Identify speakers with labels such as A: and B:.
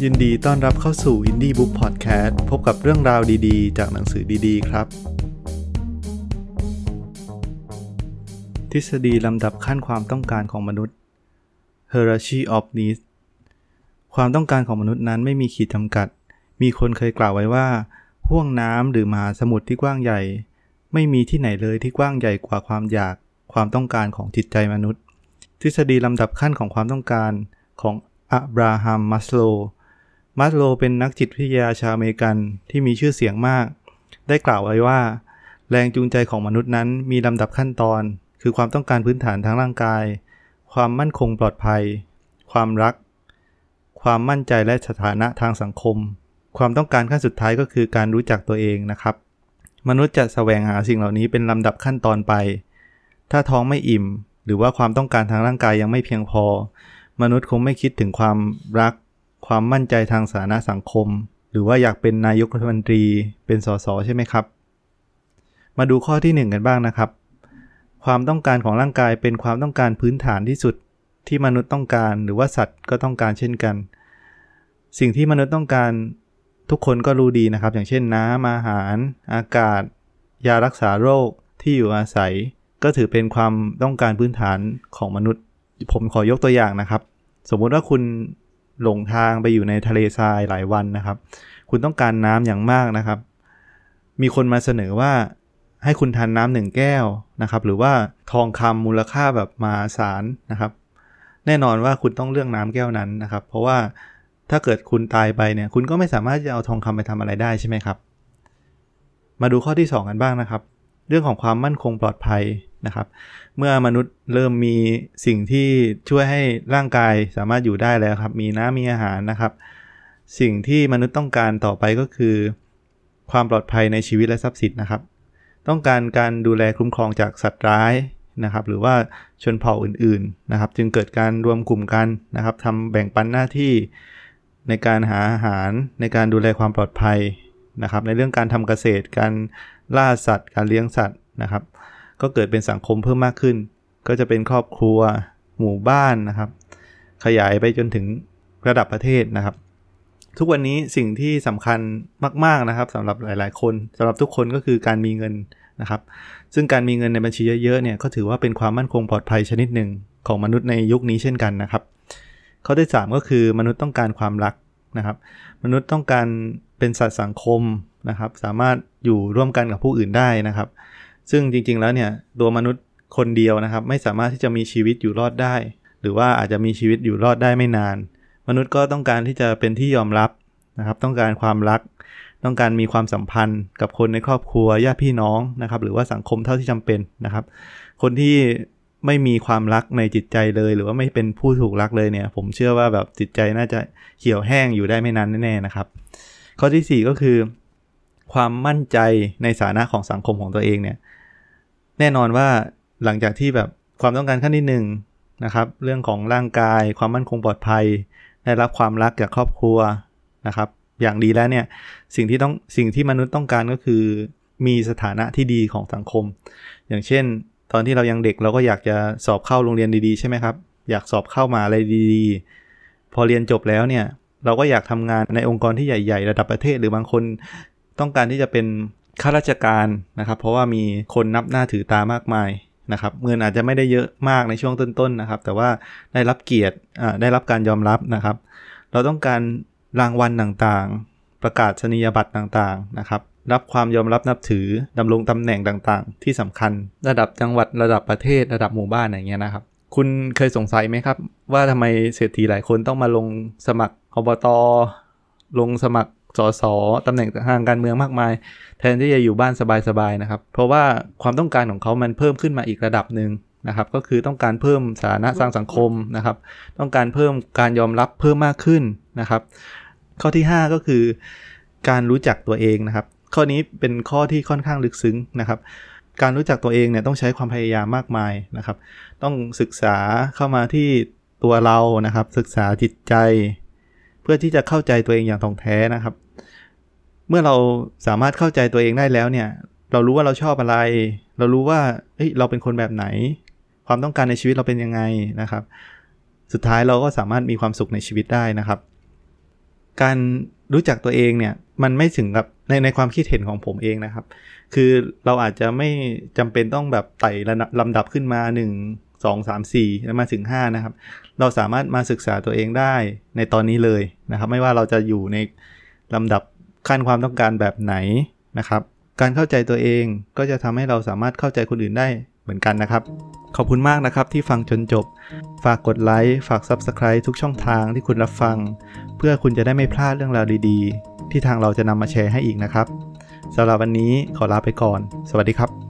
A: ยินดีต้อนรับเข้าสู่ Indie Book Podcast พบกับเรื่องราวดีๆจากหนังสือดีๆครับทฤษฎีลำดับขั้นความต้องการของมนุษย์ Hierarchy of Needs ความต้องการของมนุษย์นั้นไม่มีขีดจำกัดมีคนเคยกล่าวไว้ว่าห้วงน้ำหรือมหาสมุทรที่กว้างใหญ่ไม่มีที่ไหนเลยที่กว้างใหญ่กว่าความอยากความต้องการของจิตใจมนุษย์ทฤษฎีลำดับขั้นของความต้องการของอับราฮัม มัสโลว์เป็นนักจิตวิทยาชาวอเมริกันที่มีชื่อเสียงมากได้กล่าวไว้ว่าแรงจูงใจของมนุษย์นั้นมีลำดับขั้นตอนคือความต้องการพื้นฐานทางร่างกายความมั่นคงปลอดภัยความรักความมั่นใจและสถานะทางสังคมความต้องการขั้นสุดท้ายก็คือการรู้จักตัวเองนะครับมนุษย์จะแสวงหาสิ่งเหล่านี้เป็นลำดับขั้นตอนไปถ้าท้องไม่อิ่มหรือว่าความต้องการทางร่างกายยังไม่เพียงพอมนุษย์คงไม่คิดถึงความรักความมั่นใจทางสถานะสังคมหรือว่าอยากเป็นนายกรัฐมนตรีเป็นสสใช่ไหมครับมาดูข้อที่1กันบ้างนะครับความต้องการของร่างกายเป็นความต้องการพื้นฐานที่สุดที่มนุษย์ต้องการหรือว่าสัตว์ก็ต้องการเช่นกันสิ่งที่มนุษย์ต้องการทุกคนก็รู้ดีนะครับอย่างเช่นน้ำอาหารอากาศยารักษาโรคที่อยู่อาศัยก็ถือเป็นความต้องการพื้นฐานของมนุษย์ผมขอยกตัวอย่างนะครับสมมุติว่าคุณหลงทางไปอยู่ในทะเลทรายหลายวันนะครับคุณต้องการน้ำอย่างมากนะครับมีคนมาเสนอว่าให้คุณทานน้ำ1แก้วนะครับหรือว่าทองคำมูลค่าแบบมหาศาลนะครับแน่นอนว่าคุณต้องเลือกน้ำแก้วนั้นนะครับเพราะว่าถ้าเกิดคุณตายไปเนี่ยคุณก็ไม่สามารถจะเอาทองคำไปทำอะไรได้ใช่ไหมครับมาดูข้อที่2กันบ้างนะครับเรื่องของความมั่นคงปลอดภัยนะครับเมื่อมนุษย์เริ่มมีสิ่งที่ช่วยให้ร่างกายสามารถอยู่ได้แล้วครับมีน้ำมีอาหารนะครับสิ่งที่มนุษย์ต้องการต่อไปก็คือความปลอดภัยในชีวิตและทรัพย์สินนะครับต้องการการดูแลคุ้มครองจากสัตว์ร้ายนะครับหรือว่าชนเผ่าอื่นๆนะครับจึงเกิดการรวมกลุ่มกันนะครับทำแบ่งปันหน้าที่ในการหาอาหารในการดูแลความปลอดภัยนะครับในเรื่องการทำเกษตรการล่าสัตว์การเลี้ยงสัตว์นะครับก็เกิดเป็นสังคมเพิ่มมากขึ้นก็จะเป็นครอบครัวหมู่บ้านนะครับขยายไปจนถึงระดับประเทศนะครับทุกวันนี้สิ่งที่สำคัญมากๆนะครับสำหรับหลายๆคนสำหรับทุกคนก็คือการมีเงินนะครับซึ่งการมีเงินในบัญชีเยอะๆเนี่ยก็ถือว่าเป็นความมั่นคงปลอดภัยชนิดหนึ่งของมนุษย์ในยุคนี้เช่นกันนะครับข้อที่3ก็คือมนุษย์ต้องการความรักนะครับมนุษย์ต้องการเป็นสัตว์สังคมนะครับสามารถอยู่ร่วมกันกับผู้อื่นได้นะครับซึ่งจริงๆแล้วเนี่ยตัวมนุษย์คนเดียวนะครับไม่สามารถที่จะมีชีวิตอยู่รอดได้หรือว่าอาจจะมีชีวิตอยู่รอดได้ไม่นานมนุษย์ก็ต้องการที่จะเป็นที่ยอมรับนะครับต้องการความรักต้องการมีความสัมพันธ์กับคนในครอบครัวญาติพี่น้องนะครับหรือว่าสังคมเท่าที่จำเป็นนะครับคนที่ไม่มีความรักในจิตใจเลยหรือว่าไม่เป็นผู้ถูกรักเลยเนี่ยผมเชื่อว่าแบบจิตใจน่าจะเหี่ยวแห้งอยู่ได้ไม่นานแน่ๆนะครับข้อที่4ก็คือความมั่นใจในฐานะของสังคมของตัวเองเนี่ยแน่นอนว่าหลังจากที่แบบความต้องการขั้นที่1นะครับเรื่องของร่างกายความมั่นคงปลอดภัยได้รับความรักจากครอบครัวนะครับอย่างดีแล้วเนี่ยสิ่งที่มนุษย์ต้องการก็คือมีสถานะที่ดีของสังคมอย่างเช่นตอนที่เรายังเด็กเราก็อยากจะสอบเข้าโรงเรียนดีๆใช่ไหมครับอยากสอบเข้ามหาวิทยาลัยดีๆพอเรียนจบแล้วเนี่ยเราก็อยากทำงานในองค์กรที่ใหญ่ๆระดับประเทศหรือบางคนต้องการที่จะเป็นข้าราชการนะครับเพราะว่ามีคนนับหน้าถือตามากมายนะครับเงินอาจจะไม่ได้เยอะมากในช่วงต้นๆนะครับแต่ว่าได้รับเกียรติได้รับการยอมรับนะครับเราต้องการรางวัลต่างๆประกาศนียบัตรต่างๆนะครับรับความยอมรับนับถือดำรงตำแหน่งต่างๆที่สำคัญระดับจังหวัดระดับประเทศระดับหมู่บ้านอย่างเงี้ยนะครับคุณเคยสงสัยไหมครับว่าทำไมเศรษฐีหลายคนต้องมาลงสมัครอบต.ลงสมัครสสตำแหน่งทางการเมืองมากมายแทนที่จะอยู่บ้านสบายๆนะครับเพราะว่าความต้องการของเขามันเพิ่มขึ้นมาอีกระดับหนึ่งนะครับก็คือต้องการเพิ่มฐานะทางสังคมนะครับต้องการเพิ่มการยอมรับเพิ่มมากขึ้นนะครับข้อที่5ก็คือการรู้จักตัวเองนะครับข้อนี้เป็นข้อที่ค่อนข้างลึกซึ้งนะครับการรู้จักตัวเองเนี่ยต้องใช้ความพยายามมากมายนะครับต้องศึกษาเข้ามาที่ตัวเรานะครับศึกษาจิตใจเพื่อที่จะเข้าใจตัวเองอย่างถ่องแท้นะครับเมื่อเราสามารถเข้าใจตัวเองได้แล้วเนี่ยเรารู้ว่าเราชอบอะไรเรารู้ว่าเราเป็นคนแบบไหนความต้องการในชีวิตเราเป็นยังไงนะครับสุดท้ายเราก็สามารถมีความสุขในชีวิตได้นะครับการรู้จักตัวเองเนี่ยมันไม่ถึงกับในความคิดเห็นของผมเองนะครับคือเราอาจจะไม่จำเป็นต้องแบบไต่ลำดับขึ้นมา1 2 3 4แล้วมาถึง5นะครับเราสามารถมาศึกษาตัวเองได้ในตอนนี้เลยนะครับไม่ว่าเราจะอยู่ในลำดับขั้นความต้องการแบบไหนนะครับการเข้าใจตัวเองก็จะทำให้เราสามารถเข้าใจคนอื่นได้เหมือนกันนะครับขอบคุณมากนะครับที่ฟังจนจบฝากกดไลค์ฝาก Subscribe ทุกช่องทางที่คุณรับฟังเพื่อคุณจะได้ไม่พลาดเรื่องราวดีๆที่ทางเราจะนำมาแชร์ให้อีกนะครับสำหรับวันนี้ขอลาไปก่อนสวัสดีครับ